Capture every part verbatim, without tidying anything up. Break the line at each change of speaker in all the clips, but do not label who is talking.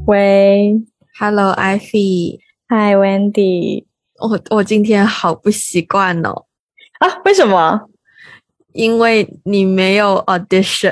喂
Hello, Ivy。
，Hi Wendy。
我我今天好不习惯哦，
啊，为什么？
因为你没有 audition。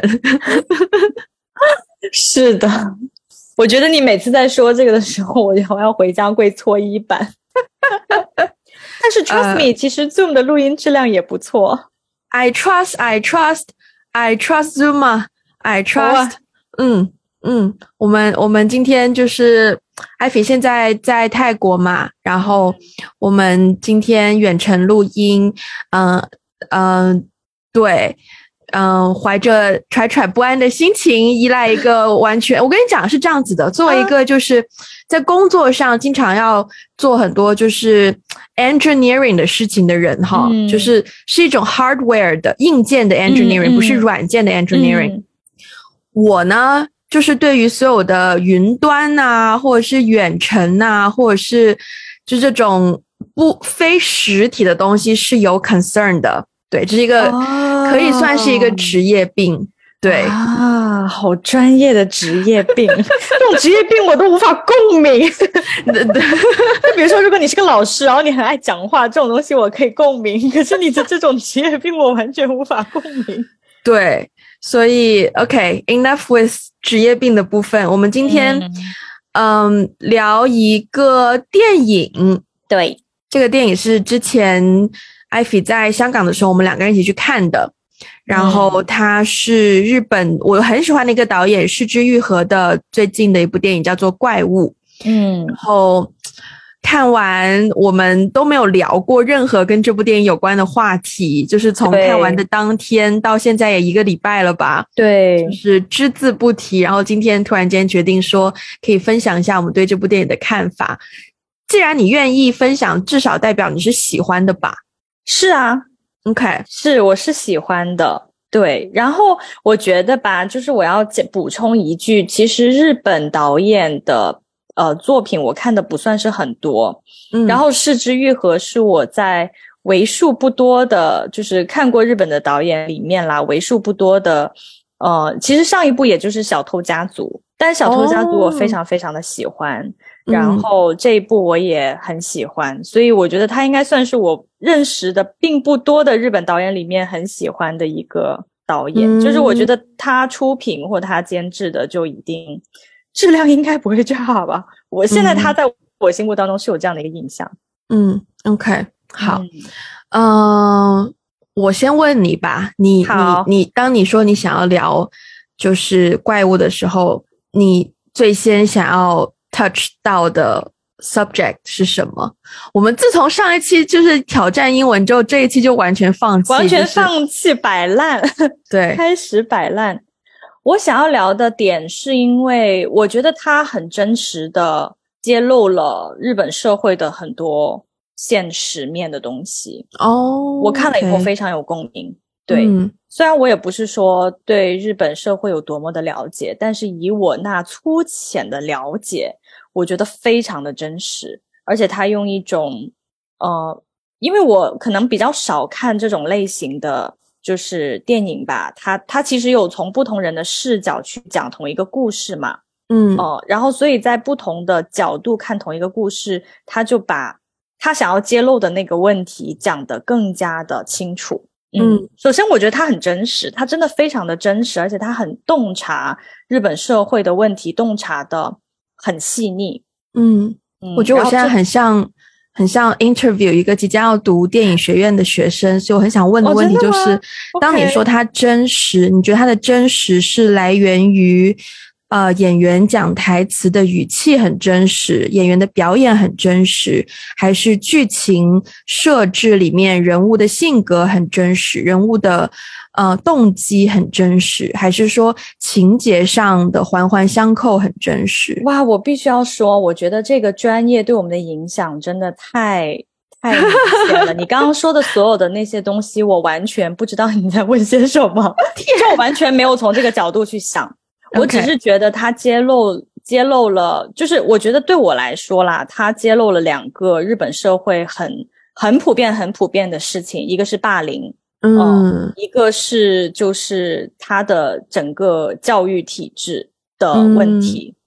是的，我觉得你每次在说这个的时候，我我要回家跪搓衣板。但是 trust me，、呃、其实 Zoom 的录音质量也不错。
I trust, I trust, I trust Zoom 啊 I trust、哦。嗯嗯，我们我们今天就是艾菲现在在泰国嘛，然后我们今天远程录音，嗯、呃、嗯、呃，对。嗯，怀着惴惴不安的心情，依赖一个完全，我跟你讲是这样子的，作为一个就是在工作上经常要做很多就是 engineering 的事情的人哈、嗯，就是是一种 hardware 的硬件的 engineering，、嗯、不是软件的 engineering、嗯。我呢，就是对于所有的云端啊，或者是远程啊，或者是就这种不非实体的东西是有 concern 的。对，这是一个、oh. 可以算是一个职业病。对
啊，好专业的职业病，这种职业病我都无法共鸣。就比如说，如果你是个老师，然后你很爱讲话，这种东西我可以共鸣。可是你的这种职业病，我完全无法共鸣。
对，所以 OK，enough、okay, with 职业病的部分。我们今天嗯, 嗯聊一个电影。
对，
这个电影是之前艾菲在香港的时候，我们两个人一起去看的。然后他是日本，我很喜欢的一个导演是枝裕和的最近的一部电影叫做《怪物》。
嗯，
然后看完我们都没有聊过任何跟这部电影有关的话题，就是从看完的当天到现在也一个礼拜了吧。
对，
就是只字不提。然后今天突然间决定说可以分享一下我们对这部电影的看法。既然你愿意分享，至少代表你是喜欢的吧？
是啊。
OK，
是，我是喜欢的。对，然后我觉得吧，就是我要补充一句，其实日本导演的呃作品我看的不算是很多，嗯，然后是枝裕和是我在为数不多的，就是看过日本的导演里面啦，为数不多的，呃，其实上一部也就是《小偷家族》，但是《小偷家族》我非常非常的喜欢。哦，然后这一部我也很喜欢，嗯，所以我觉得他应该算是我认识的并不多的日本导演里面很喜欢的一个导演，嗯，就是我觉得他出品或他监制的就一定质量应该不会差吧。我现在他在我心目当中是有这样的一个印象。
嗯 OK 好。嗯、呃，我先问你吧，你你你当你说你想要聊就是怪物的时候，你最先想要touch 到的 subject 是什么？我们自从上一期就是挑战英文之后，这一期就完全放弃，
完全放弃摆烂，
对，
开始摆烂。我想要聊的点是因为我觉得它很真实的揭露了日本社会的很多现实面的东西。
哦，
我看了以后非常有共鸣。Okay. 对、嗯，虽然我也不是说对日本社会有多么的了解，但是以我那粗浅的了解，我觉得非常的真实，而且他用一种呃，因为我可能比较少看这种类型的就是电影吧，他他其实有从不同人的视角去讲同一个故事嘛，
嗯，
哦、呃，然后所以在不同的角度看同一个故事，他就把他想要揭露的那个问题讲得更加的清楚。嗯，首先我觉得他很真实，他真的非常的真实，而且他很洞察日本社会的问题，洞察的很细腻。
嗯，我觉得我现在很像很像 interview 一个即将要读电影学院的学生，所以我很想问的问题就是、哦、当你说他真实、okay. 你觉得他的真实是来源于呃，演员讲台词的语气很真实，演员的表演很真实，还是剧情设置里面人物的性格很真实，人物的呃动机很真实，还是说情节上的环环相扣很真实？
哇，我必须要说，我觉得这个专业对我们的影响真的太太明显了。你刚刚说的所有的那些东西，我完全不知道你在问些什么，就我完全没有从这个角度去想。我只是觉得他揭露揭露了，就是我觉得对我来说啦，他揭露了两个日本社会很很普遍很普遍的事情，一个是霸凌，
嗯、
呃，一个是就是他的整个教育体制的问题。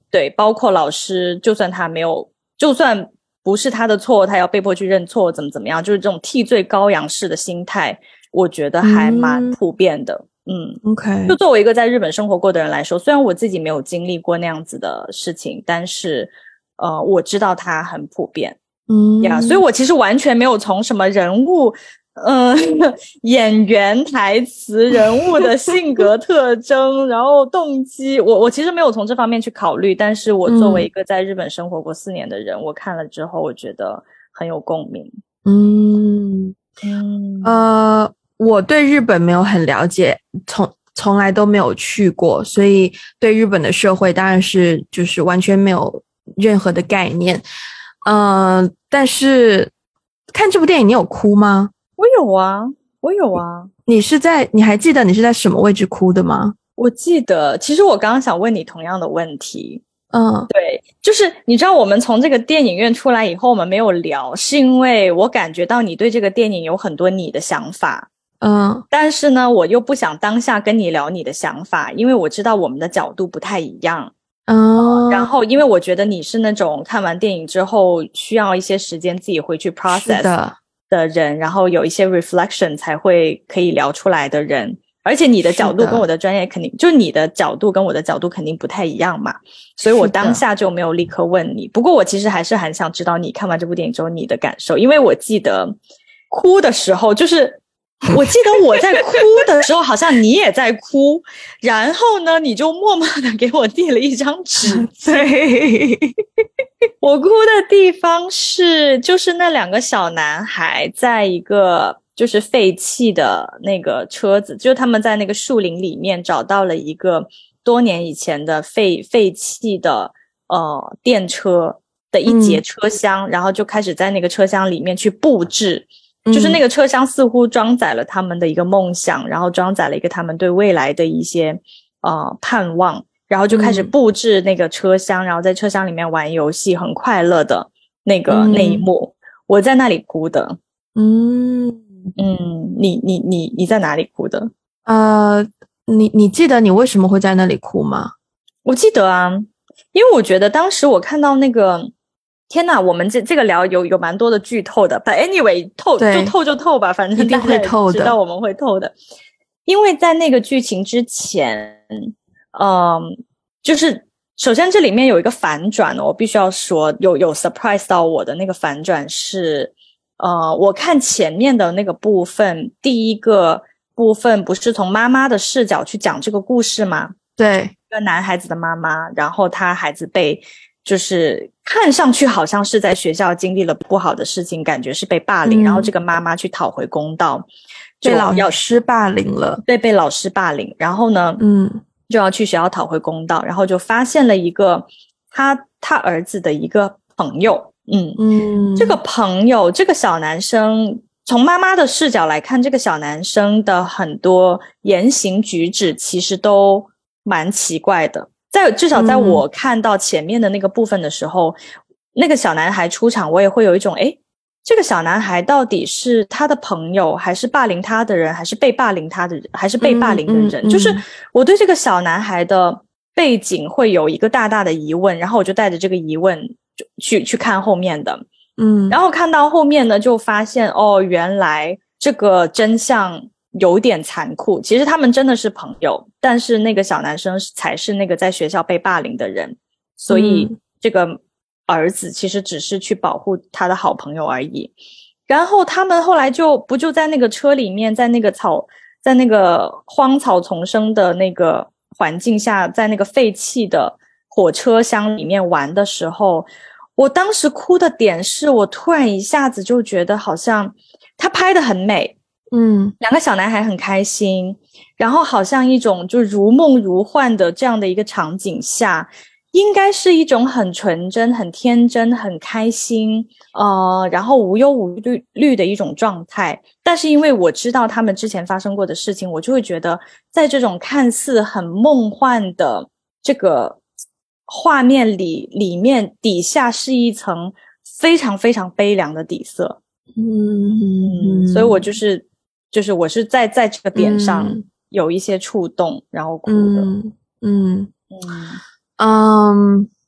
对，包括老师，就算他没有，就算不是他的错，他要被迫去认错，怎么怎么样，就是这种替罪羔羊式的心态，我觉得还蛮普遍的。嗯, 嗯
OK，
就作为一个在日本生活过的人来说，虽然我自己没有经历过那样子的事情，但是呃，我知道它很普遍。
嗯
呀， yeah, 所以我其实完全没有从什么人物呃，演员台词、人物的性格特征然后动机，我我其实没有从这方面去考虑，但是我作为一个在日本生活过四年的人、嗯、我看了之后我觉得很有共鸣。
嗯嗯呃，我对日本没有很了解，从从来都没有去过，所以对日本的社会当然是就是完全没有任何的概念。嗯、呃，但是看这部电影你有哭吗？
我有啊，我有啊。
你是在，你还记得你是在什么位置哭的吗？
我记得，其实我刚刚想问你同样的问题。
嗯，
对，就是你知道我们从这个电影院出来以后我们没有聊，是因为我感觉到你对这个电影有很多你的想法。
嗯，
但是呢，我又不想当下跟你聊你的想法，因为我知道我们的角度不太一样。
嗯，
然后因为我觉得你是那种看完电影之后需要一些时间自己回去 process
的
的人，然后有一些 reflection 才会可以聊出来的人，而且你的角度跟我的专业肯定，就是你的角度跟我的角度肯定不太一样嘛，所以我当下就没有立刻问你。不过我其实还是很想知道你看完这部电影之后你的感受，因为我记得哭的时候，就是我记得我在哭的时候好像你也在哭，然后呢你就默默的给我递了一张纸。
对，
我哭的地方是就是那两个小男孩在一个就是废弃的那个车子，就是他们在那个树林里面找到了一个多年以前的废废弃的呃电车的一节车厢、嗯、然后就开始在那个车厢里面去布置，就是那个车厢似乎装载了他们的一个梦想，然后装载了一个他们对未来的一些呃盼望，然后就开始布置那个车厢、嗯、然后在车厢里面玩游戏，很快乐的那个、嗯、那一幕，我在那里哭的。
嗯
嗯，你你你你在哪里哭的？
呃，你你记得你为什么会在那里哭吗？
我记得啊，因为我觉得当时我看到那个，天哪，我们这这个聊有有蛮多的剧透的 ，but anyway， 透就透就透吧，反正
一定会透的，
知道我们会透的。因为在那个剧情之前，嗯，就是首先这里面有一个反转，我必须要说，有有 surprise 到我的那个反转是，呃，我看前面的那个部分，第一个部分不是从妈妈的视角去讲这个故事吗？
对，
一个男孩子的妈妈，然后他孩子被就是看上去好像是在学校经历了不好的事情，感觉是被霸凌、嗯、然后这个妈妈去讨回公道，
被老师霸凌了，
对，被老师霸凌，然后呢嗯，就要去学校讨回公道，然后就发现了一个他他儿子的一个朋友，嗯嗯，这个朋友这个小男生，从妈妈的视角来看，这个小男生的很多言行举止其实都蛮奇怪的，在至少在我看到前面的那个部分的时候、嗯、那个小男孩出场，我也会有一种诶，这个小男孩到底是他的朋友，还是霸凌他的人，还是被霸凌他的人，还是被霸凌的人、嗯嗯嗯、就是我对这个小男孩的背景会有一个大大的疑问，然后我就带着这个疑问去去看后面的嗯，然后看到后面呢，就发现哦，原来这个真相有点残酷，其实他们真的是朋友，但是那个小男生才是那个在学校被霸凌的人，所以这个儿子其实只是去保护他的好朋友而已。然后他们后来就不就在那个车里面，在那个草在那个荒草丛生的那个环境下，在那个废弃的火车厢里面玩的时候，我当时哭的点是我突然一下子就觉得好像他拍得很美，嗯，两个小男孩很开心，然后好像一种就如梦如幻的这样的一个场景下，应该是一种很纯真很天真很开心呃，然后无忧无虑虑的一种状态，但是因为我知道他们之前发生过的事情，我就会觉得在这种看似很梦幻的这个画面里里面底下是一层非常非常悲凉的底色，嗯，所以我就是就是我是在在这个点上有一些触动、嗯、然后哭的，
嗯嗯嗯，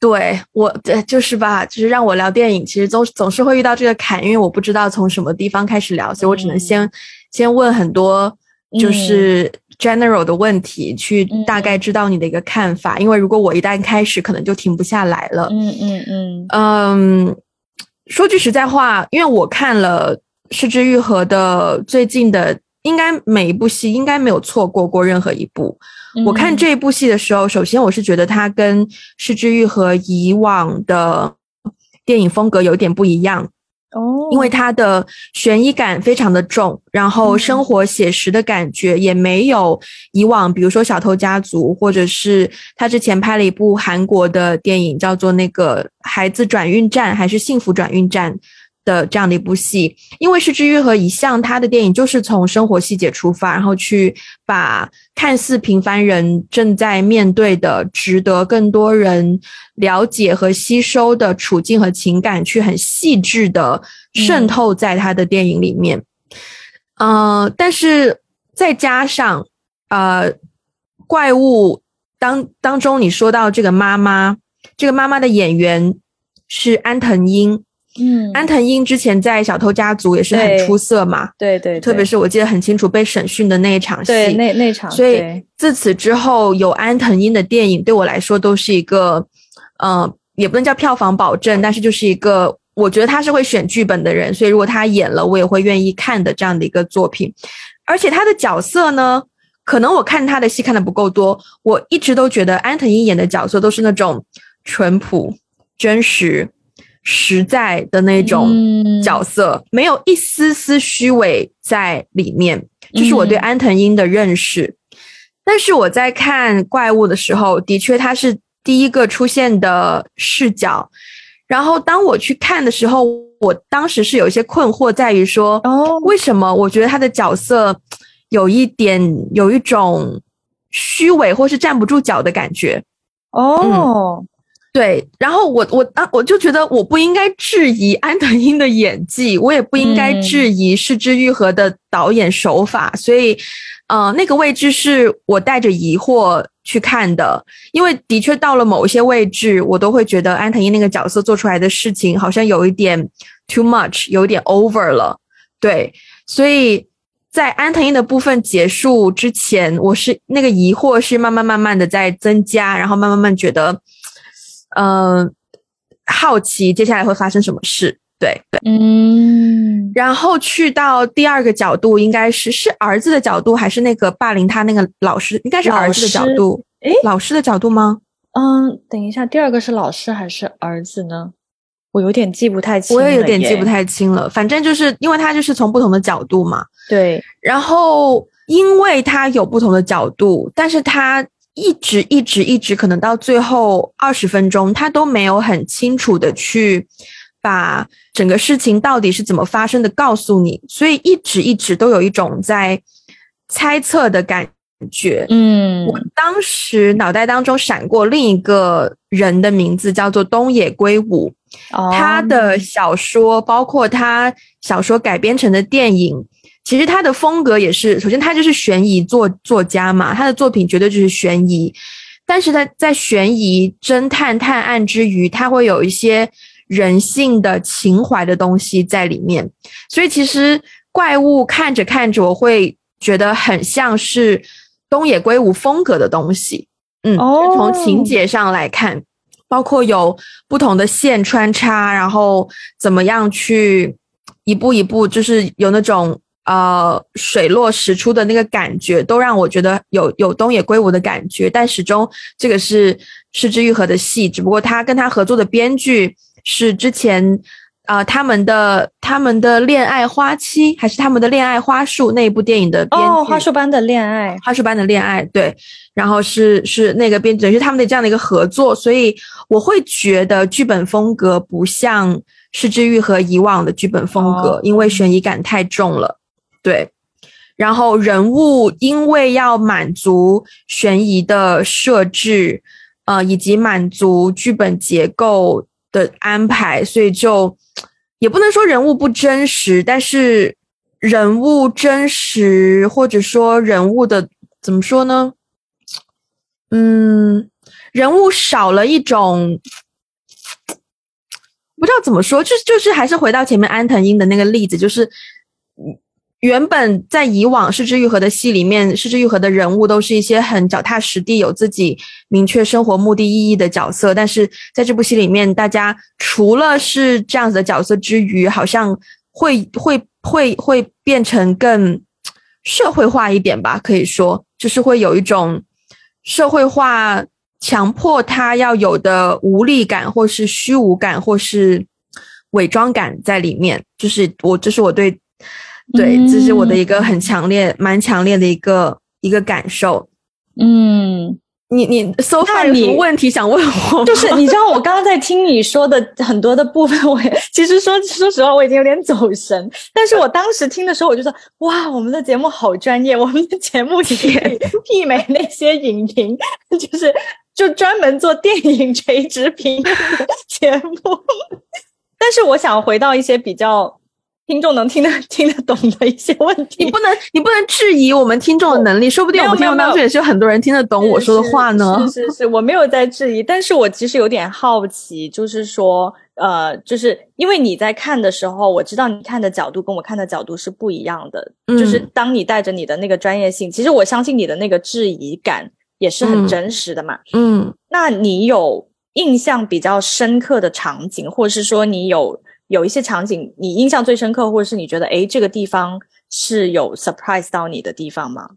对我就是吧，就是让我聊电影，其实总总是会遇到这个坎，因为我不知道从什么地方开始聊，所以我只能先、嗯、先问很多就是 general 的问题、嗯、去大概知道你的一个看法、嗯、因为如果我一旦开始可能就停不下来了。
嗯嗯嗯
嗯，说句实在话，因为我看了是枝裕和的最近的应该每一部戏应该没有错过过任何一部、嗯、我看这一部戏的时候，首先我是觉得它跟是枝裕和以往的电影风格有点不一样
哦，
因为它的悬疑感非常的重，然后生活写实的感觉也没有以往比如说小偷家族，或者是他之前拍了一部韩国的电影叫做那个孩子转运站还是幸福转运站的这样的一部戏。因为是枝裕和一向他的电影就是从生活细节出发，然后去把看似平凡人正在面对的值得更多人了解和吸收的处境和情感去很细致的渗透在他的电影里面、嗯、呃，但是再加上呃，怪物当当中你说到这个妈妈，这个妈妈的演员是安藤樱，嗯，安藤樱之前在小偷家族也是很出色嘛，
对 对, 对, 对，
特别是我记得很清楚被审讯的那一场戏，
对，那那场，
所以自此之后有安藤樱的电影对我来说都是一个呃，也不能叫票房保证，但是就是一个我觉得他是会选剧本的人，所以如果他演了我也会愿意看的这样的一个作品。而且他的角色呢，可能我看他的戏看的不够多，我一直都觉得安藤樱演的角色都是那种淳朴真实实在的那种角色、嗯、没有一丝丝虚伪在里面，这是我对安藤樱的认识、嗯、但是我在看怪物的时候的确他是第一个出现的视角，然后当我去看的时候，我当时是有一些困惑在于说、哦、为什么我觉得他的角色有一点有一种虚伪或是站不住脚的感觉
哦、嗯，
对，然后我我当我就觉得我不应该质疑安藤樱的演技，我也不应该质疑是枝裕和的导演手法、嗯、所以呃，那个位置是我带着疑惑去看的，因为的确到了某一些位置我都会觉得安藤樱那个角色做出来的事情好像有一点 too much， 有一点 over 了，对，所以在安藤樱的部分结束之前，我是那个疑惑是慢慢慢慢的在增加，然后慢慢慢觉得呃，好奇接下来会发生什么事，对，嗯，然后去到第二个角度，应该是是儿子的角度，还是那个霸凌他那个老师？应该是儿子的角度，诶，老师的角度吗？
嗯，等一下，第二个是老师还是儿子呢？我有点记不太清了，
我也有点记不太清了。反正就是因为他就是从不同的角度嘛，
对，
然后因为他有不同的角度，但是他一直一直一直可能到最后二十分钟他都没有很清楚的去把整个事情到底是怎么发生的告诉你，所以一直一直都有一种在猜测的感觉。嗯，我当时脑袋当中闪过另一个人的名字叫做东野圭吾、哦、他的小说包括他小说改编成的电影，其实他的风格也是，首先他就是悬疑作作家嘛，他的作品绝对就是悬疑，但是他在悬疑侦探探案之余，他会有一些人性的情怀的东西在里面，所以其实怪物看着看着我会觉得很像是东野圭吾风格的东西，嗯，就从情节上来看，包括有不同的线穿插，然后怎么样去一步一步就是有那种呃水落石出的那个感觉，都让我觉得有有东野圭吾的感觉，但始终这个是是枝裕和的戏，只不过他跟他合作的编剧是之前呃他们的他们的恋爱花期还是他们的恋爱花束那一部电影的编剧，
哦，花束般的恋爱，
花束般的恋爱，对，然后是是那个编剧，是他们的这样的一个合作，所以我会觉得剧本风格不像是枝裕和以往的剧本风格、哦、因为悬疑感太重了，对，然后人物因为要满足悬疑的设置呃，以及满足剧本结构的安排，所以就也不能说人物不真实，但是人物真实或者说人物的怎么说呢，嗯，人物少了一种不知道怎么说，就是就是还是回到前面安藤樱的那个例子，就是原本在以往是枝裕和的戏里面，是枝裕和的人物都是一些很脚踏实地有自己明确生活目的意义的角色，但是在这部戏里面，大家除了是这样子的角色之余，好像会会会会变成更社会化一点吧，可以说就是会有一种社会化强迫他要有的无力感或是虚无感或是伪装感在里面，就是我这是我对对，这是我的一个很强烈蛮强烈的一个一个感受。嗯，你你 so far 有什么问题想问我？
就是你知道我刚刚在听你说的很多的部分，我也其实说说实话我已经有点走神，但是我当时听的时候我就说哇，我们的节目好专业，我们的节目也可以媲美那些影评，就是就专门做电影垂直评论的节目。但是我想回到一些比较听众能听得听得懂的一些问题。
你不能你不能质疑我们听众的能力，说不定我们听众当中也是有很多人听得懂我说的话呢。
是是 是, 是我没有在质疑，但是我其实有点好奇，就是说呃，就是因为你在看的时候，我知道你看的角度跟我看的角度是不一样的、嗯、就是当你带着你的那个专业性，其实我相信你的那个质疑感也是很真实的嘛。嗯，嗯那你有印象比较深刻的场景，或者是说你有有一些场景你印象最深刻，或者是你觉得诶这个地方是有 surprise 到你的地方吗？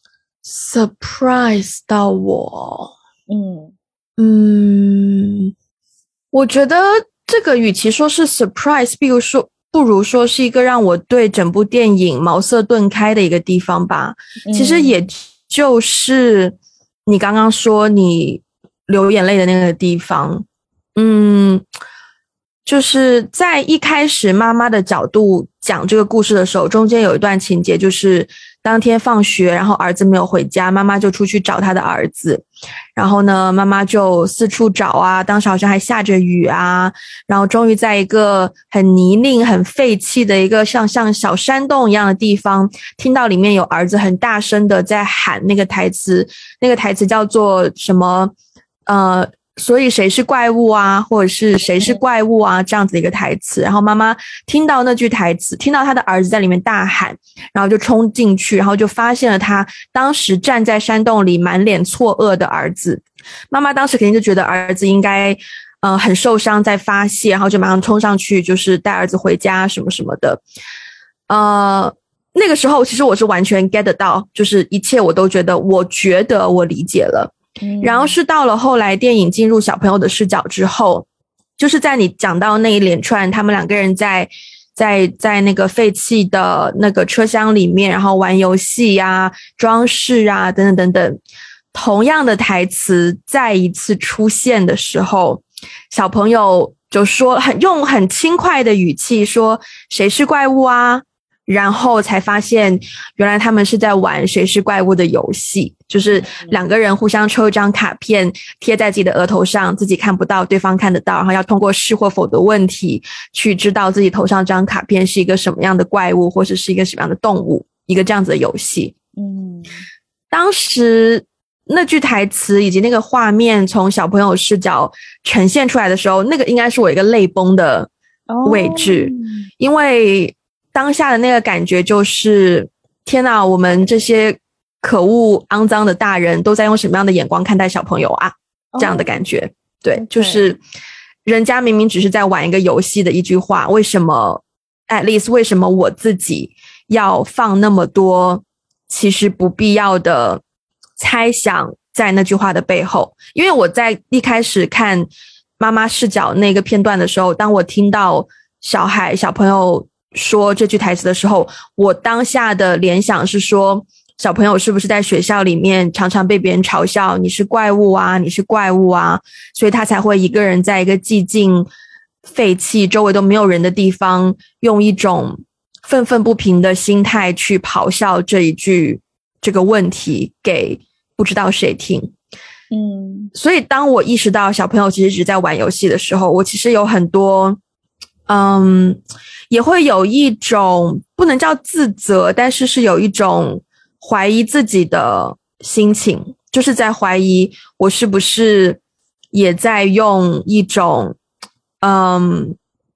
surprise 到我嗯嗯，我觉得这个与其说是 surprise， 比如说不如说是一个让我对整部电影茅塞顿开的一个地方吧、嗯、其实也就是你刚刚说你流眼泪的那个地方。嗯，就是在一开始妈妈的角度讲这个故事的时候，中间有一段情节，就是当天放学，然后儿子没有回家，妈妈就出去找他的儿子，然后呢妈妈就四处找啊，当时好像还下着雨啊，然后终于在一个很泥泞很废弃的一个像像小山洞一样的地方，听到里面有儿子很大声的在喊那个台词，那个台词叫做什么呃所以谁是怪物啊，或者是谁是怪物啊，这样子的一个台词。然后妈妈听到那句台词，听到他的儿子在里面大喊，然后就冲进去，然后就发现了他当时站在山洞里满脸错愕的儿子。妈妈当时肯定就觉得儿子应该呃很受伤在发泄，然后就马上冲上去就是带儿子回家什么什么的。呃那个时候其实我是完全 get 得到，就是一切我都觉得我觉得我理解了。然后是到了后来电影进入小朋友的视角之后，就是在你讲到那一连串他们两个人在在在那个废弃的那个车厢里面，然后玩游戏啊装饰啊等等等等，同样的台词再一次出现的时候，小朋友就说很用很轻快的语气说谁是怪物啊，然后才发现原来他们是在玩谁是怪物的游戏，就是两个人互相抽一张卡片贴在自己的额头上，自己看不到对方看得到，然后要通过是或否的问题去知道自己头上这张卡片是一个什么样的怪物或者是一个什么样的动物，一个这样子的游戏。嗯，当时那句台词以及那个画面从小朋友视角呈现出来的时候，那个应该是我一个泪崩的位置、哦、因为当下的那个感觉就是天哪，我们这些可恶肮脏的大人都在用什么样的眼光看待小朋友啊，这样的感觉、哦、对、okay. 就是人家明明只是在玩一个游戏的一句话，为什么 at least 为什么我自己要放那么多其实不必要的猜想在那句话的背后。因为我在一开始看妈妈视角那个片段的时候，当我听到小孩小朋友说这句台词的时候，我当下的联想是说小朋友是不是在学校里面常常被别人嘲笑你是怪物啊你是怪物啊，所以他才会一个人在一个寂静废弃周围都没有人的地方用一种愤愤不平的心态去咆哮这一句这个问题给不知道谁听。嗯，所以当我意识到小朋友其实只是在玩游戏的时候，我其实有很多嗯，也会有一种不能叫自责，但是是有一种怀疑自己的心情，就是在怀疑我是不是也在用一种嗯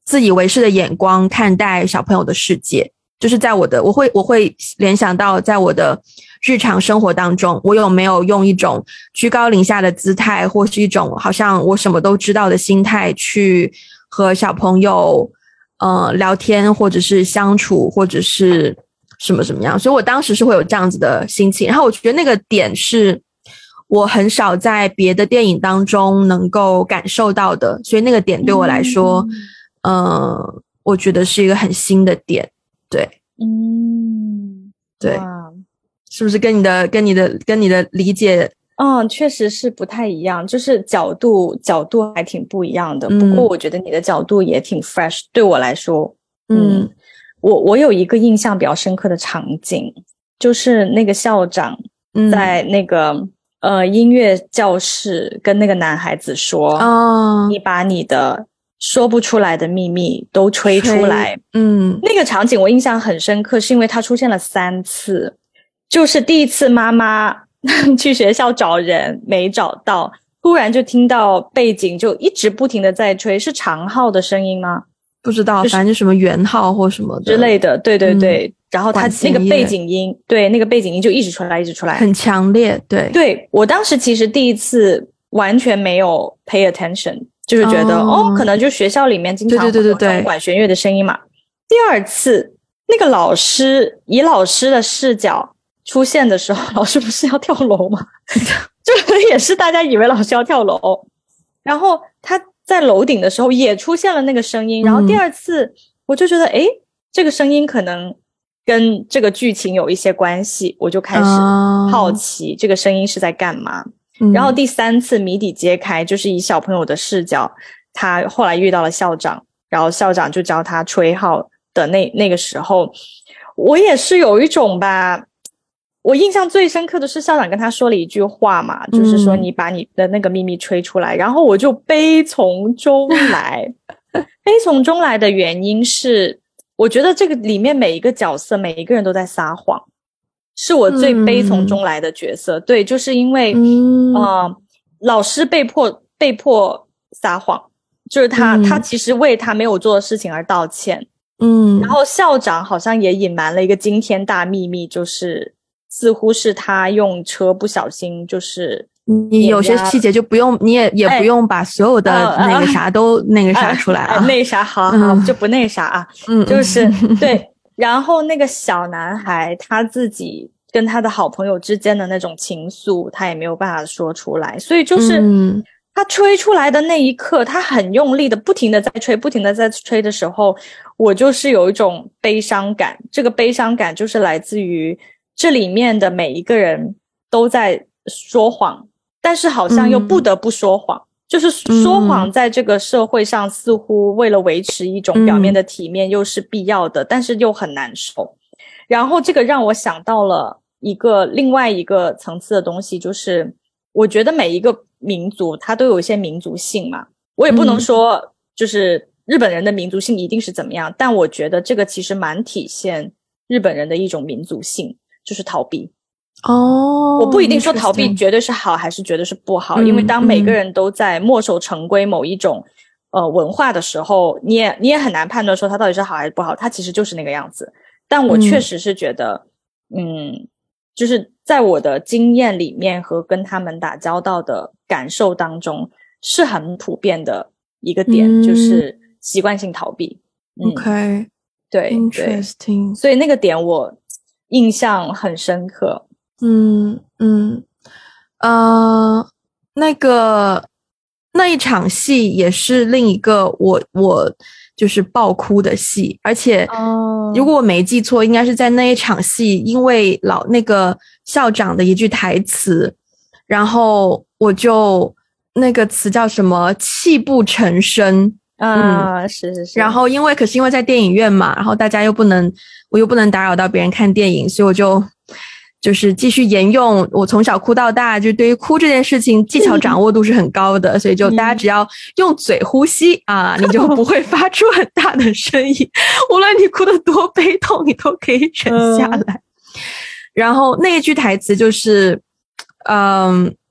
自以为是的眼光看待小朋友的世界。就是在我的我会我会联想到在我的日常生活当中，我有没有用一种居高临下的姿态，或是一种好像我什么都知道的心态去和小朋友呃聊天，或者是相处，或者是什么什么样。所以我当时是会有这样子的心情，然后我觉得那个点是我很少在别的电影当中能够感受到的，所以那个点对我来说嗯、呃我觉得是一个很新的点。对，
嗯，
对，是不是跟你的跟你的跟你的理解？
嗯，确实是不太一样，就是角度角度还挺不一样的。嗯、不过我觉得你的角度也挺 fresh， 对我来说，嗯，嗯我我有一个印象比较深刻的场景，就是那个校长在那个、嗯、呃音乐教室跟那个男孩子说：“哦，你把你的。”说不出来的秘密都吹出来。嗯，那个场景我印象很深刻，是因为它出现了三次。就是第一次妈妈去学校找人没找到，突然就听到背景就一直不停的在吹，是长号的声音吗？
不知道，就是、反正就什么圆号或什么的
之类的。对对对、嗯、然后它那个背景音，对，那个背景音就一直出来一直出来，
很强烈。对对，
我当时其实第一次完全没有 pay attention，就是觉得 哦, 哦，可能就学校里面经常会有这种管弦乐的声音嘛。第二次，那个老师以老师的视角出现的时候，老师不是要跳楼吗？就也是大家以为老师要跳楼，然后他在楼顶的时候也出现了那个声音。然后第二次，我就觉得，诶，这个声音可能跟这个剧情有一些关系，我就开始好奇、嗯、这个声音是在干嘛。然后第三次谜底揭开，就是以小朋友的视角，他后来遇到了校长，然后校长就教他吹号的那那个时候，我也是有一种吧，我印象最深刻的是校长跟他说了一句话嘛，就是说你把你的那个秘密吹出来，然后我就悲从中来。悲从中来的原因是，我觉得这个里面每一个角色每一个人都在撒谎，是我最悲从中来的角色。嗯、对，就是因为嗯、呃，老师被迫被迫撒谎，就是他、嗯、他其实为他没有做的事情而道歉。嗯，然后校长好像也隐瞒了一个惊天大秘密，就是似乎是他用车不小心就是
你有些细节就不用，你也也不用把所有的那个啥都、哎、那个啥出来啊，
哎、那啥好好、嗯、就不那啥啊，嗯，就是对。然后那个小男孩他自己跟他的好朋友之间的那种情愫，他也没有办法说出来，所以就是他吹出来的那一刻，他很用力的不停的在吹不停的在吹的时候，我就是有一种悲伤感。这个悲伤感就是来自于这里面的每一个人都在说谎，但是好像又不得不说谎、嗯、就是说谎在这个社会上似乎为了维持一种表面的体面又是必要的、嗯、但是又很难受。然后这个让我想到了一个另外一个层次的东西，就是我觉得每一个民族它都有一些民族性嘛，我也不能说就是日本人的民族性一定是怎么样、嗯、但我觉得这个其实蛮体现日本人的一种民族性，就是逃避。哦，我不一定说逃避绝对是好还是绝对是不好、嗯、因为当每个人都在墨守成规某一种、嗯、呃文化的时候，你也你也很难判断说它到底是好还是不好，它其实就是那个样子。但我确实是觉得 嗯, 嗯就是在我的经验里面和跟他们打交道的感受当中是很普遍的一个点、嗯、就是习惯性逃避、
嗯、OK
对
Interesting
对，所以那个点我印象很深刻。
嗯嗯呃，那个那一场戏也是另一个我我就是爆哭的戏，而且如果我没记错，应该是在那一场戏，因为老那个校长的一句台词，然后我就那个词叫什么泣不成声
啊、嗯，是是是。
然后因为可是因为在电影院嘛，然后大家又不能我又不能打扰到别人看电影，所以我就就是继续沿用我从小哭到大，就对于哭这件事情技巧掌握度是很高的、嗯、所以就大家只要用嘴呼吸、嗯、啊，你就不会发出很大的声音无论你哭得多悲痛你都可以忍下来、嗯、然后那一句台词就是嗯，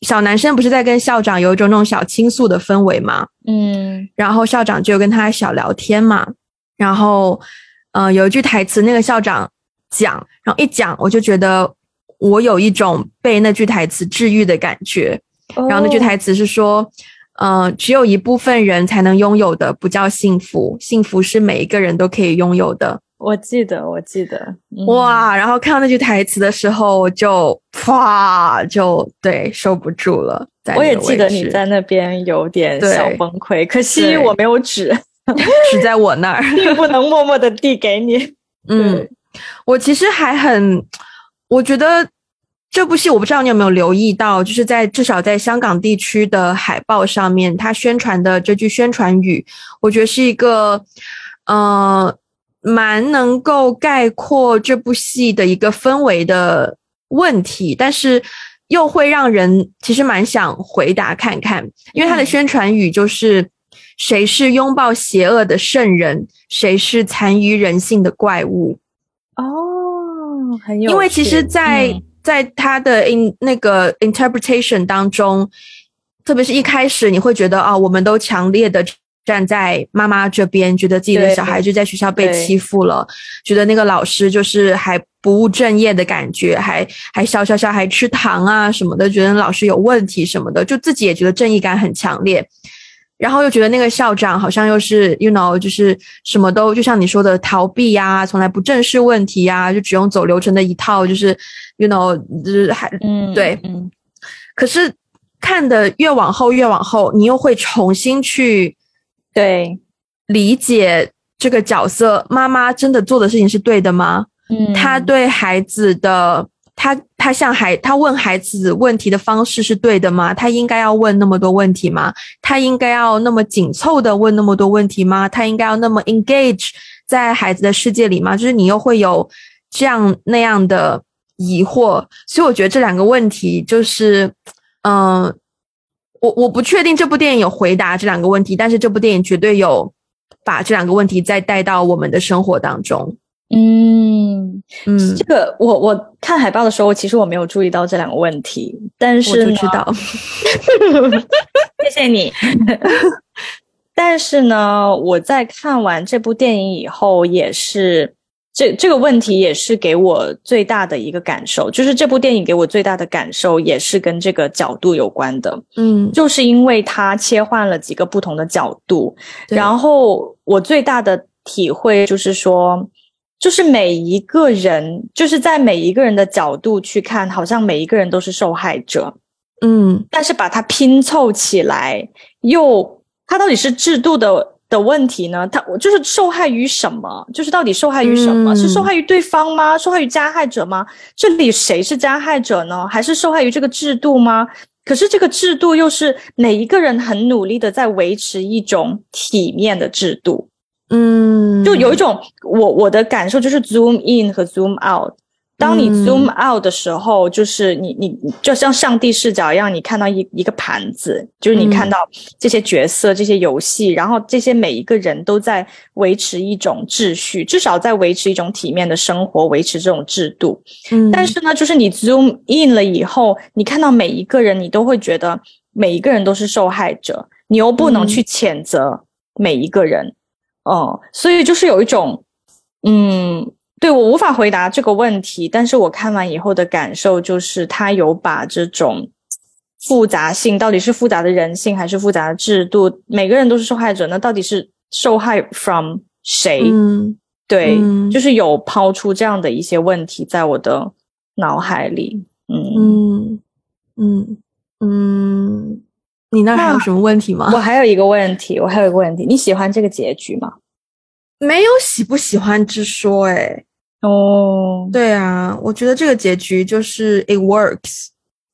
小男生不是在跟校长有一种那种小倾诉的氛围嘛，
嗯，
然后校长就跟他小聊天嘛，然后呃有一句台词那个校长讲，然后一讲我就觉得我有一种被那句台词治愈的感觉，然后那句台词是说呃只有一部分人才能拥有的不叫幸福，幸福是每一个人都可以拥有的。
我记得我记得、
嗯、哇，然后看到那句台词的时候我就啪就对受不住了。
我也记得你在那边有点小崩溃，可惜我没有纸
纸在我那儿
并不能默默的递给你。
嗯，我其实还很我觉得这部戏我不知道你有没有留意到，就是在至少在香港地区的海报上面它宣传的这句宣传语，我觉得是一个呃蛮能够概括这部戏的一个氛围的问题，但是又会让人其实蛮想回答看看，因为它的宣传语就是谁是拥抱邪恶的圣人，谁是残余人性的怪物。
哦，很有趣。
因为其实在、嗯、在它的 in 那个 interpretation 当中，特别是一开始你会觉得啊、哦，我们都强烈的站在妈妈这边，觉得自己的小孩就在学校被欺负了，觉得那个老师就是还不务正业的感觉，还还笑笑笑还吃糖啊什么的，觉得老师有问题什么的，就自己也觉得正义感很强烈，然后又觉得那个校长好像又是 you know 就是什么都就像你说的逃避啊，从来不正视问题啊，就只用走流程的一套，就是 you know 就是还
嗯
对
嗯，
可是看的越往后越往后，你又会重新去
对
理解这个角色妈妈真的做的事情是对的吗？
嗯，
他对孩子的他他向孩他问孩子问题的方式是对的吗？他应该要问那么多问题吗？他应该要那么紧凑的问那么多问题吗？他应该要那么 engage 在孩子的世界里吗？就是你又会有这样那样的疑惑，所以我觉得这两个问题就是嗯、呃我我不确定这部电影有回答这两个问题，但是这部电影绝对有把这两个问题再带到我们的生活当中。
嗯
嗯，
这个我我看海报的时候，其实我没有注意到这两个问题，但是
我就知道，
谢谢你。但是呢，我在看完这部电影以后，也是这这个问题也是给我最大的一个感受，就是这部电影给我最大的感受也是跟这个角度有关的。
嗯，
就是因为它切换了几个不同的角度，然后我最大的体会就是说，就是每一个人，就是在每一个人的角度去看，好像每一个人都是受害者。
嗯，
但是把它拼凑起来，又它到底是制度的的问题呢？它就是受害于什么？就是到底受害于什么？嗯、是受害于对方吗？受害于加害者吗？这里谁是加害者呢？还是受害于这个制度吗？可是这个制度又是每一个人很努力的在维持一种体面的制度。
嗯，
就有一种我我的感受就是 zoom in 和 zoom out。当你 zoom out 的时候，就是你你就像上帝视角一样，你看到一一个盘子，就是你看到这些角色、这些游戏，然后这些每一个人都在维持一种秩序，至少在维持一种体面的生活，维持这种制度。嗯，但是呢，就是你 zoom in 了以后，你看到每一个人，你都会觉得每一个人都是受害者，你又不能去谴责每一个人。哦、嗯，所以就是有一种嗯。对，我无法回答这个问题，但是我看完以后的感受就是他有把这种复杂性，到底是复杂的人性还是复杂的制度，每个人都是受害者，那到底是受害 from 谁？嗯，对、嗯，就是有抛出这样的一些问题在我的脑海里。
嗯嗯嗯，你那还有什么问题吗？
我还有一个问题，我还有一个问题，你喜欢这个结局吗？
没有喜不喜欢之说诶、欸
哦，
对啊，我觉得这个结局就是 it works。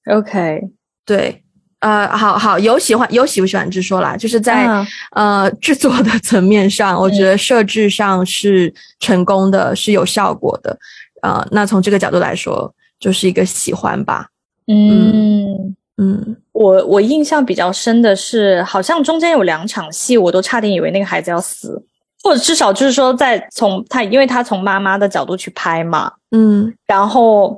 OK，
对，呃，好好有喜欢有喜不喜欢之说啦，就是在、嗯、呃制作的层面上，我觉得设置上是成功的，是有效果的。呃，那从这个角度来说，就是一个喜欢吧。
嗯
嗯，
我我印象比较深的是，好像中间有两场戏，我都差点以为那个孩子要死。或者至少就是说在从他因为他从妈妈的角度去拍嘛，
嗯，
然后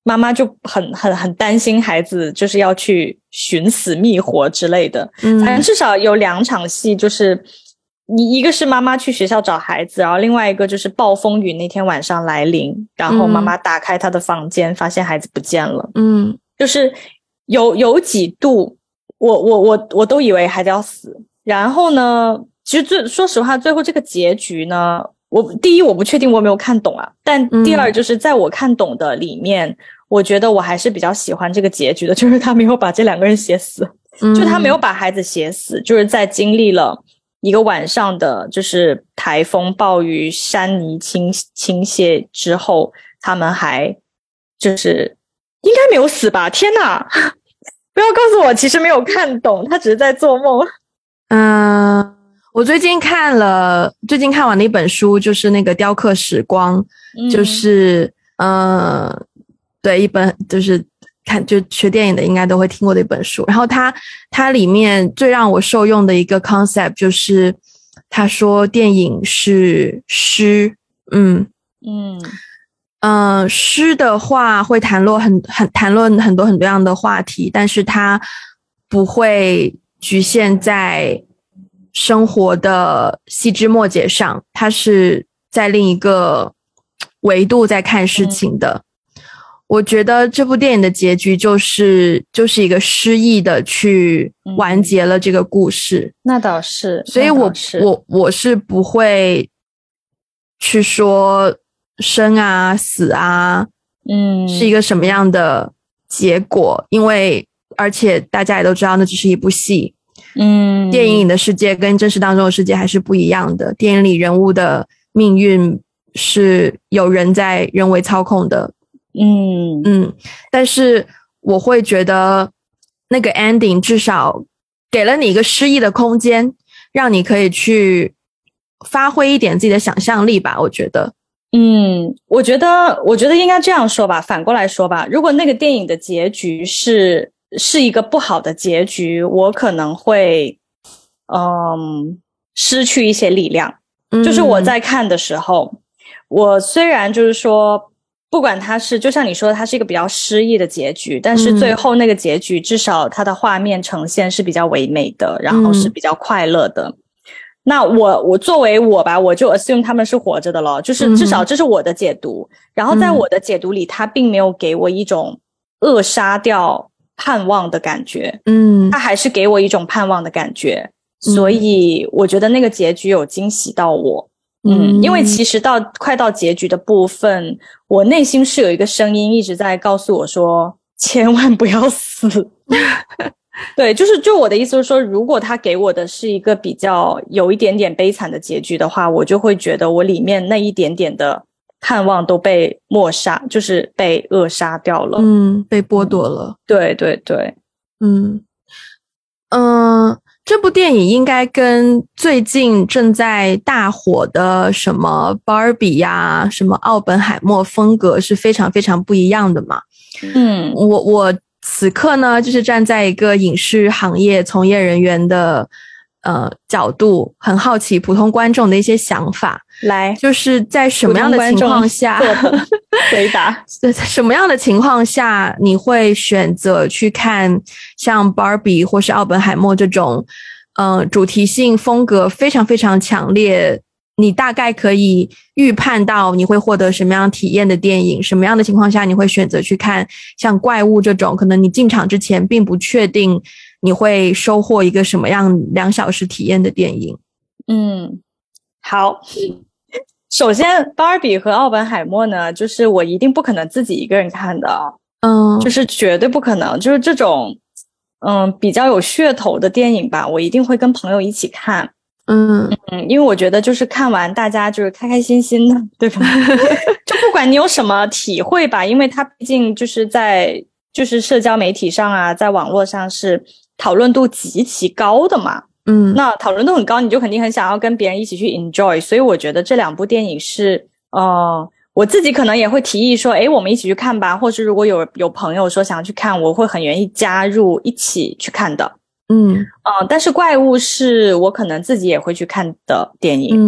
妈妈就很很很担心孩子就是要去寻死觅活之类的。嗯，反正至少有两场戏，就是一个是妈妈去学校找孩子，然后另外一个就是暴风雨那天晚上来临，然后妈妈打开她的房间，发现孩子不见了。嗯，就是有有几度我我我我都以为孩子要死。然后呢，其实最说实话，最后这个结局呢，我第一我不确定我有没有看懂啊，但第二就是在我看懂的里面，嗯，我觉得我还是比较喜欢这个结局的，就是他没有把这两个人写死。嗯，就他没有把孩子写死，就是在经历了一个晚上的就是台风暴雨山泥倾倾泻之后，他们还就是应该没有死吧。天哪，不要告诉我其实没有看懂，他只是在做梦。
嗯，我最近看了最近看完的一本书，就是那个雕刻时光。嗯，就是呃对，一本就是看就学电影的应该都会听过的一本书。然后它它里面最让我受用的一个 concept 就是他说电影是诗。嗯嗯嗯、呃，诗的话会谈论很很谈论很多很多样的话题，但是它不会局限在生活的细枝末节上，它是在另一个维度在看事情的。嗯，我觉得这部电影的结局就是就是一个诗意的去完结了这个故事。
嗯，那倒是，
所以我我我是不会去说生啊死啊，嗯，是一个什么样的结果，因为而且大家也都知道那只是一部戏。嗯，电影里的世界跟真实当中的世界还是不一样的，电影里人物的命运是有人在人为操控的。嗯嗯，但是我会觉得那个 ending 至少给了你一个诗意的空间，让你可以去发挥一点自己的想象力吧，我觉得。
嗯，我觉得我觉得应该这样说吧，反过来说吧，如果那个电影的结局是是一个不好的结局，我可能会嗯失去一些力量。嗯，就是我在看的时候，我虽然就是说不管它是就像你说的它是一个比较诗意的结局，但是最后那个结局至少它的画面呈现是比较唯美的，然后是比较快乐的。嗯，那我我作为我吧，我就 assume 他们是活着的了，就是至少这是我的解读。嗯，然后在我的解读里，他并没有给我一种扼杀掉盼望的感觉。嗯，他还是给我一种盼望的感觉。嗯，所以我觉得那个结局有惊喜到我。嗯，因为其实到快到结局的部分，我内心是有一个声音一直在告诉我说千万不要死。对，就是就我的意思是说，如果他给我的是一个比较有一点点悲惨的结局的话，我就会觉得我里面那一点点的盼望都被抹杀，就是被扼杀掉了。
嗯，被剥夺了。
嗯，对对对。
嗯嗯、呃这部电影应该跟最近正在大火的什么 Barbie 呀、什么奥本海默风格是非常非常不一样的嘛。嗯，我我此刻呢，就是站在一个影视行业从业人员的呃角度，很好奇普通观众的一些想法。
来，
就是在什么样的情况下
回答
什么样的情况下你会选择去看像 Barbie 或是奥本海默这种呃主题性风格非常非常强烈，你大概可以预判到你会获得什么样体验的电影，什么样的情况下你会选择去看像怪物这种可能你进场之前并不确定你会收获一个什么样两小时体验的电影。
嗯，好，首先 Barbie 和奥本海默呢，就是我一定不可能自己一个人看的。嗯，就是绝对不可能，就是这种嗯比较有噱头的电影吧，我一定会跟朋友一起看。嗯嗯，因为我觉得就是看完大家就是开开心心的，对吧？就不管你有什么体会吧，因为它毕竟就是在就是社交媒体上啊，在网络上是讨论度极其高的嘛。嗯，那讨论度很高，你就肯定很想要跟别人一起去 enjoy， 所以我觉得这两部电影是呃我自己可能也会提议说诶我们一起去看吧，或是如果有有朋友说想要去看，我会很愿意加入一起去看的。嗯呃，但是怪物是我可能自己也会去看的电影。嗯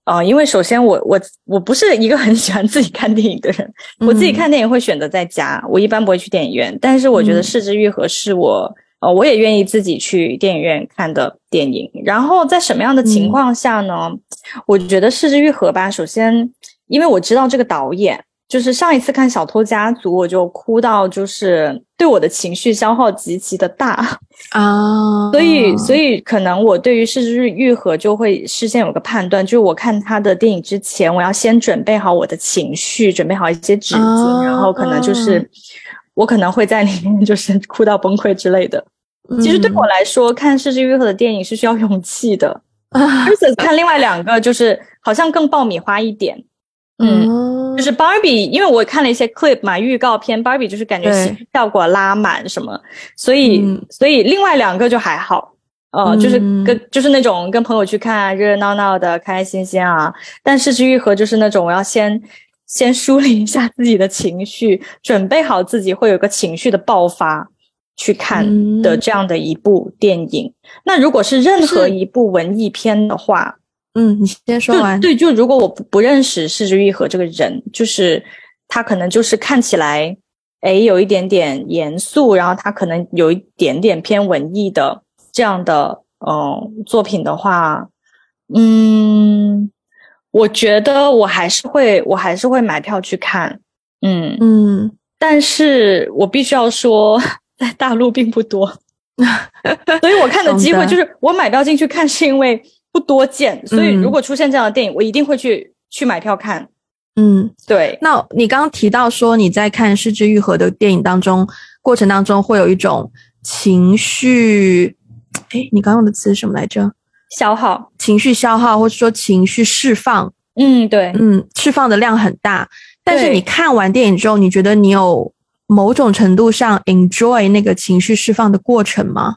呃，因为首先我我我不是一个很喜欢自己看电影的人，嗯、我自己看电影会选择在家，我一般不会去电影院。但是我觉得《是枝裕和》是我、嗯、呃，我也愿意自己去电影院看的电影。然后在什么样的情况下呢？嗯、我觉得《是枝裕和》吧，首先因为我知道这个导演。就是上一次看《小偷家族》，我就哭到就是对我的情绪消耗极其的大
啊，
所以所以可能我对于是枝裕和就会事先有个判断，就是我看他的电影之前，我要先准备好我的情绪，准备好一些纸巾，啊、然后可能就是我可能会在里面就是哭到崩溃之类的。嗯、其实对我来说，看是枝裕和的电影是需要勇气的，而且看另外两个就是好像更爆米花一点。嗯，就是 Barbie， 因为我看了一些 clip 嘛，预告片 Barbie 就是感觉戏剧效果拉满什么，所以、嗯、所以另外两个就还好，呃，嗯、就是跟就是那种跟朋友去看热热闹闹的开开心心啊，但是是枝裕和就是那种我要先先梳理一下自己的情绪，准备好自己会有个情绪的爆发去看的这样的一部电影。嗯、那如果是任何一部文艺片的话。
嗯，你先说完。
对，就如果我不不认识是枝裕和这个人，就是他可能就是看起来，诶，有一点点严肃，然后他可能有一点点偏文艺的这样的嗯作品的话，嗯，我觉得我还是会，我还是会买票去看，嗯
嗯，
但是我必须要说，在大陆并不多，所以我看的机会就是我买票进去看是因为。不多见，所以如果出现这样的电影，嗯、我一定会去去买票看。
嗯，
对。
那你刚刚提到说你在看是枝裕和的电影当中过程当中会有一种情绪，诶，你刚用的词是什么来着？
消耗，
情绪消耗，或者说情绪释放。
嗯，对，
嗯，释放的量很大。但是你看完电影之后，你觉得你有某种程度上 enjoy 那个情绪释放的过程吗？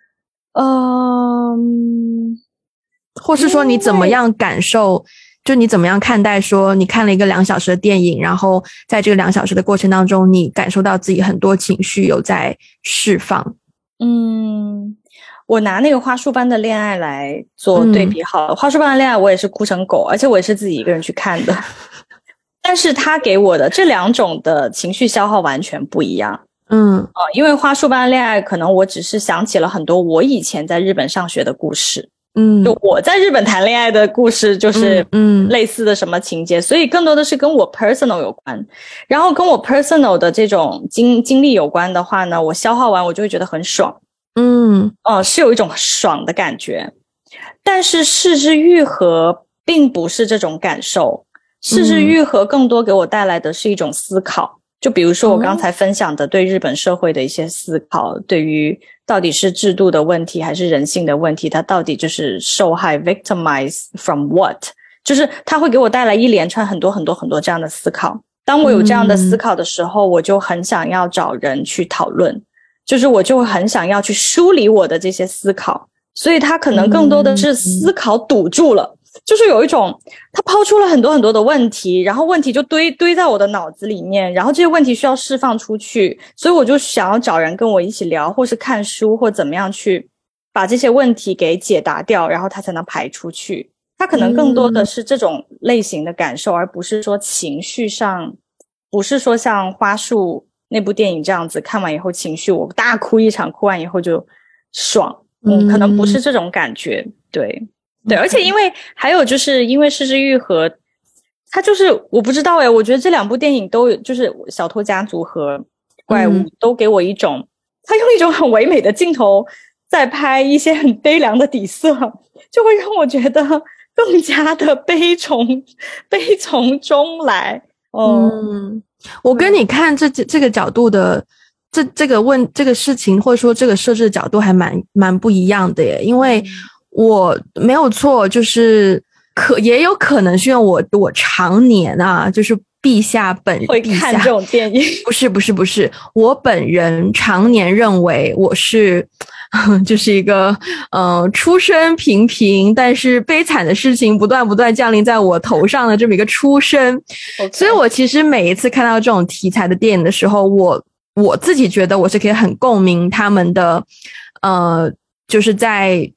嗯。
或是说你怎么样感受，就你怎么样看待说你看了一个两小时的电影，然后在这个两小时的过程当中，你感受到自己很多情绪有在释放。
嗯，我拿那个花束般的恋爱来做对比好了。嗯、花束般的恋爱我也是哭成狗，而且我也是自己一个人去看的。但是他给我的这两种的情绪消耗完全不一样。
嗯，
呃，因为花束般的恋爱可能我只是想起了很多我以前在日本上学的故事。
嗯，
就我在日本谈恋爱的故事，就是嗯类似的什么情节，嗯嗯、所以更多的是跟我 personal 有关。然后跟我 personal 的这种经经历有关的话呢，我消耗完我就会觉得很爽，
嗯，
哦、呃，是有一种爽的感觉。但是是枝裕和并不是这种感受，是枝裕和更多给我带来的是一种思考。就比如说我刚才分享的对日本社会的一些思考，哦、对于到底是制度的问题还是人性的问题，它到底就是受害 victimize from what， 就是它会给我带来一连串很多很多很多这样的思考。当我有这样的思考的时候，嗯、我就很想要找人去讨论，就是我就会很想要去梳理我的这些思考，所以它可能更多的是思考堵住了。嗯就是有一种他抛出了很多很多的问题，然后问题就堆堆在我的脑子里面，然后这些问题需要释放出去，所以我就想要找人跟我一起聊，或是看书，或怎么样去把这些问题给解答掉，然后他才能排出去。他可能更多的是这种类型的感受，嗯、而不是说情绪上，不是说像花束那部电影这样子看完以后情绪我大哭一场，哭完以后就爽。嗯，可能不是这种感觉。对对，而且因为还有就是因为是枝裕和他就是我不知道诶，我觉得这两部电影都有，就是小偷家族和怪物、嗯、都给我一种他用一种很唯美的镜头在拍一些很悲凉的底色，就会让我觉得更加的悲从悲从中来。哦、
嗯，我跟你看这这个角度的这这个问这个事情或者说这个设置的角度还蛮蛮不一样的耶，因为我没有错，就是可也有可能是因为我我常年啊，就是陛下本
会看这种电影，
不是不是不是，我本人常年认为我是就是一个呃出身平平，但是悲惨的事情不断不断降临在我头上的这么一个出身， okay. 所以我其实每一次看到这种题材的电影的时候，我我自己觉得我是可以很共鸣他们的呃就是在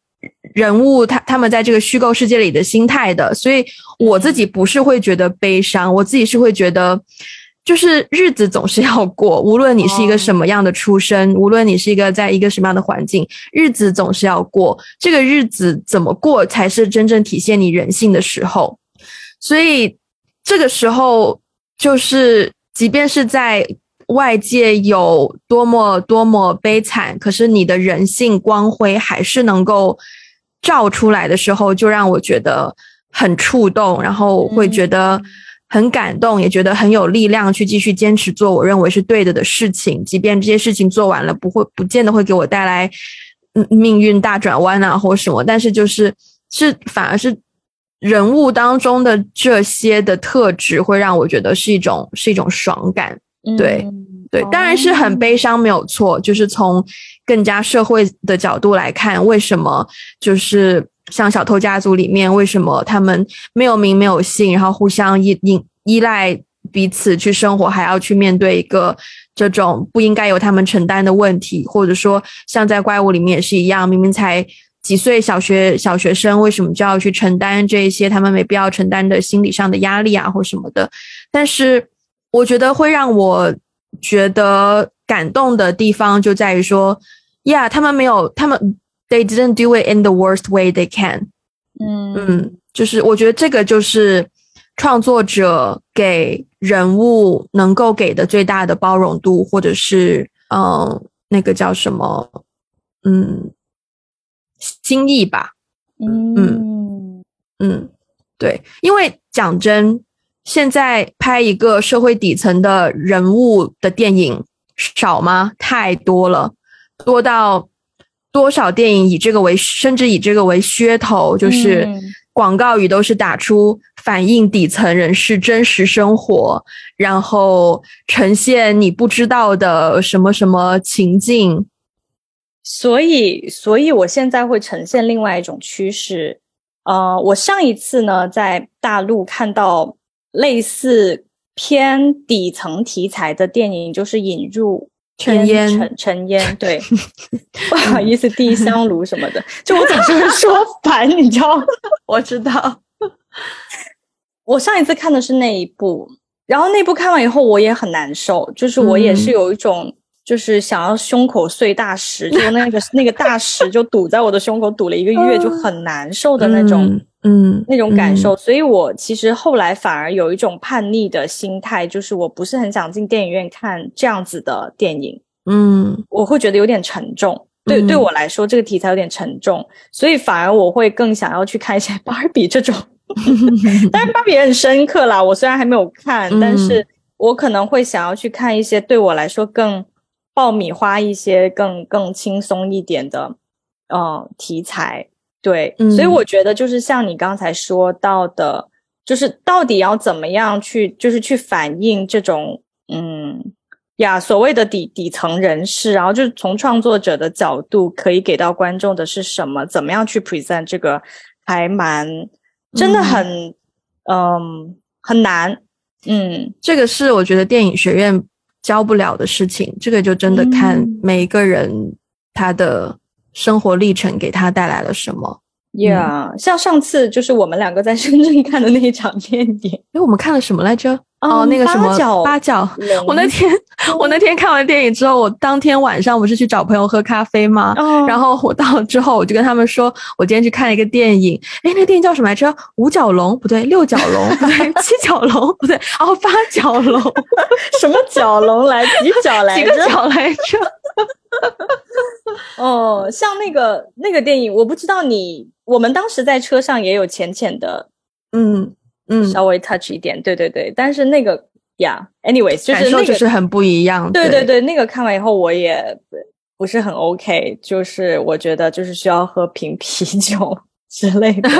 人物他他们在这个虚构世界里的心态的，所以我自己不是会觉得悲伤，我自己是会觉得就是日子总是要过，无论你是一个什么样的出身，无论你是一个在一个什么样的环境，日子总是要过，这个日子怎么过才是真正体现你人性的时候。所以这个时候就是即便是在外界有多么多么悲惨，可是你的人性光辉还是能够照出来的时候，就让我觉得很触动，然后会觉得很感动，也觉得很有力量去继续坚持做我认为是对的的事情，即便这些事情做完了不会不见得会给我带来命运大转弯啊或什么，但是就是是反而是人物当中的这些的特质会让我觉得是一种是一种爽感。对、嗯、对，当然是很悲伤没有错，就是从更加社会的角度来看，为什么就是像小偷家族里面，为什么他们没有名没有姓，然后互相依依依赖彼此去生活，还要去面对一个这种不应该由他们承担的问题，或者说像在怪物里面也是一样，明明才几岁小学小学生，为什么就要去承担这一些他们没必要承担的心理上的压力啊或什么的。但是我觉得会让我觉得感动的地方就在于说 yeah 他们没有他们 they didn't do it in the worst way they can。 嗯嗯，就是我觉得这个就是创作者给人物能够给的最大的包容度，或者是嗯那个叫什么嗯心意吧。嗯嗯嗯，对，因为讲真现在拍一个社会底层的人物的电影少吗？太多了，多到多少电影以这个为甚至以这个为噱头，就是广告语都是打出反映底层人士真实生活，然后呈现你不知道的什么什么情境。
所以所以我现在会呈现另外一种趋势。呃，我上一次呢在大陆看到类似偏底层题材的电影，就是引入
尘烟
尘尘烟，对不好意思地香炉什么的，就我总是会说烦你知道吗？
我知道。
我上一次看的是那一部，然后那部看完以后我也很难受，就是我也是有一种、嗯、就是想要胸口碎大石，就那个那个大石就堵在我的胸口堵了一个月，就很难受的那种嗯，那种感受、嗯、所以我其实后来反而有一种叛逆的心态，就是我不是很想进电影院看这样子的电影。嗯，我会觉得有点沉重，对、嗯、对我来说这个题材有点沉重，所以反而我会更想要去看一些芭比这种当然芭比也很深刻啦，我虽然还没有看、嗯、但是我可能会想要去看一些对我来说更爆米花一些更更轻松一点的呃题材。对、嗯、所以我觉得就是像你刚才说到的，就是到底要怎么样去就是去反映这种嗯呀所谓的底底层人士，然后就是从创作者的角度可以给到观众的是什么，怎么样去 present 这个还蛮真的很 嗯, 嗯很难。嗯，
这个是我觉得电影学院教不了的事情，这个就真的看每一个人他的生活历程给他带来了什么。
Yeah、嗯、像上次就是我们两个在深圳看的那一场电影，
诶我们看了什么来着？
嗯、
哦，那个什么
八角
八角。我那天我那天看完电影之后，我当天晚上不是去找朋友喝咖啡吗、哦、然后我到了之后我就跟他们说我今天去看了一个电影，诶那个电影叫什么来着？五角龙不对，六角龙不对，七角龙不对，然后八角龙
什么角龙来几角来着？
几个角来着？
哦，像那个那个电影我不知道你我们当时在车上也有浅浅的嗯嗯稍微 touch 一点，对对对，但是那个呀、yeah, anyways 就是那个
感受就是很不一样。
对对对，那个看完以后我也不是很 OK， 就是我觉得就是需要喝瓶啤酒之类的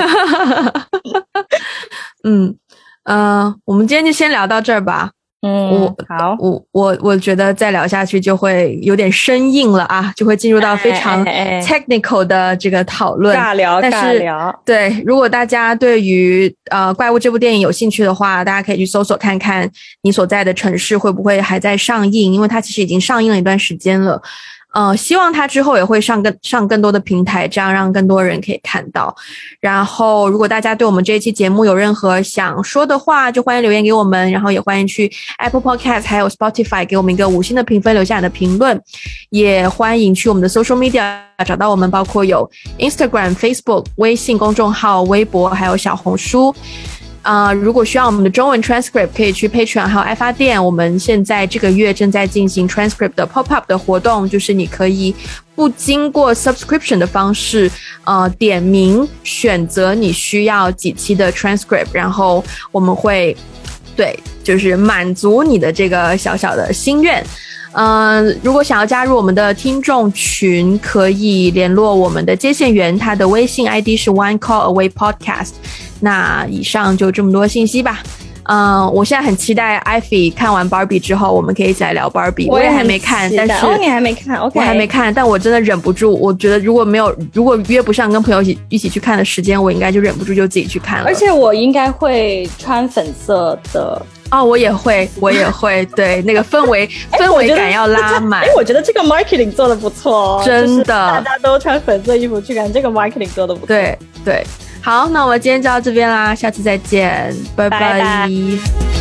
嗯呃我们今天就先聊到这儿吧。
嗯，
我
好，
我我我觉得再聊下去就会有点生硬了啊，就会进入到非常 technical 的这个讨论，
尬聊
但是
尬聊。
对，如果大家对于呃怪物这部电影有兴趣的话，大家可以去搜索看看你所在的城市会不会还在上映，因为它其实已经上映了一段时间了。 呃，希望它之后也会上更上更多的平台，这样让更多人可以看到。然后如果大家对我们这一期节目有任何想说的话，就欢迎留言给我们，然后也欢迎去 Apple Podcast 还有 Spotify 给我们一个五星的评分，留下你的评论。也欢迎去我们的 social media 找到我们，包括有 Instagram、Facebook、微信公众号、微博还有小红书。呃，如果需要我们的中文 transcript， 可以去 Patreon 还有爱发电。我们现在这个月正在进行 transcript 的 pop-up 的活动，就是你可以不经过 subscription 的方式，呃，点名选择你需要几期的 transcript， 然后我们会，对，就是满足你的这个小小的心愿。嗯、呃，如果想要加入我们的听众群，可以联络我们的接线员，他的微信 I D 是 One Call Away Podcast。那以上就这么多信息吧。嗯、呃，我现在很期待 Ivy 看完 Barbie 之后，我们可以一起来聊 Barbie。我也还没看，但是
哦，你还没看 ？OK，
我还没看，但我真的忍不住。我觉得如果没有，如果约不上跟朋友一起一起去看的时间，我应该就忍不住就自己去看了。
而且我应该会穿粉色的。
哦，我也会，我也会，对，那个氛围氛围感要拉满。
哎，我觉得这个 marketing 做的不错哦，
真的，
大家都穿粉色衣服去看，这个 marketing 做的不错。
对对，好，那我们今天就到这边啦，下次再见，拜拜。
拜拜。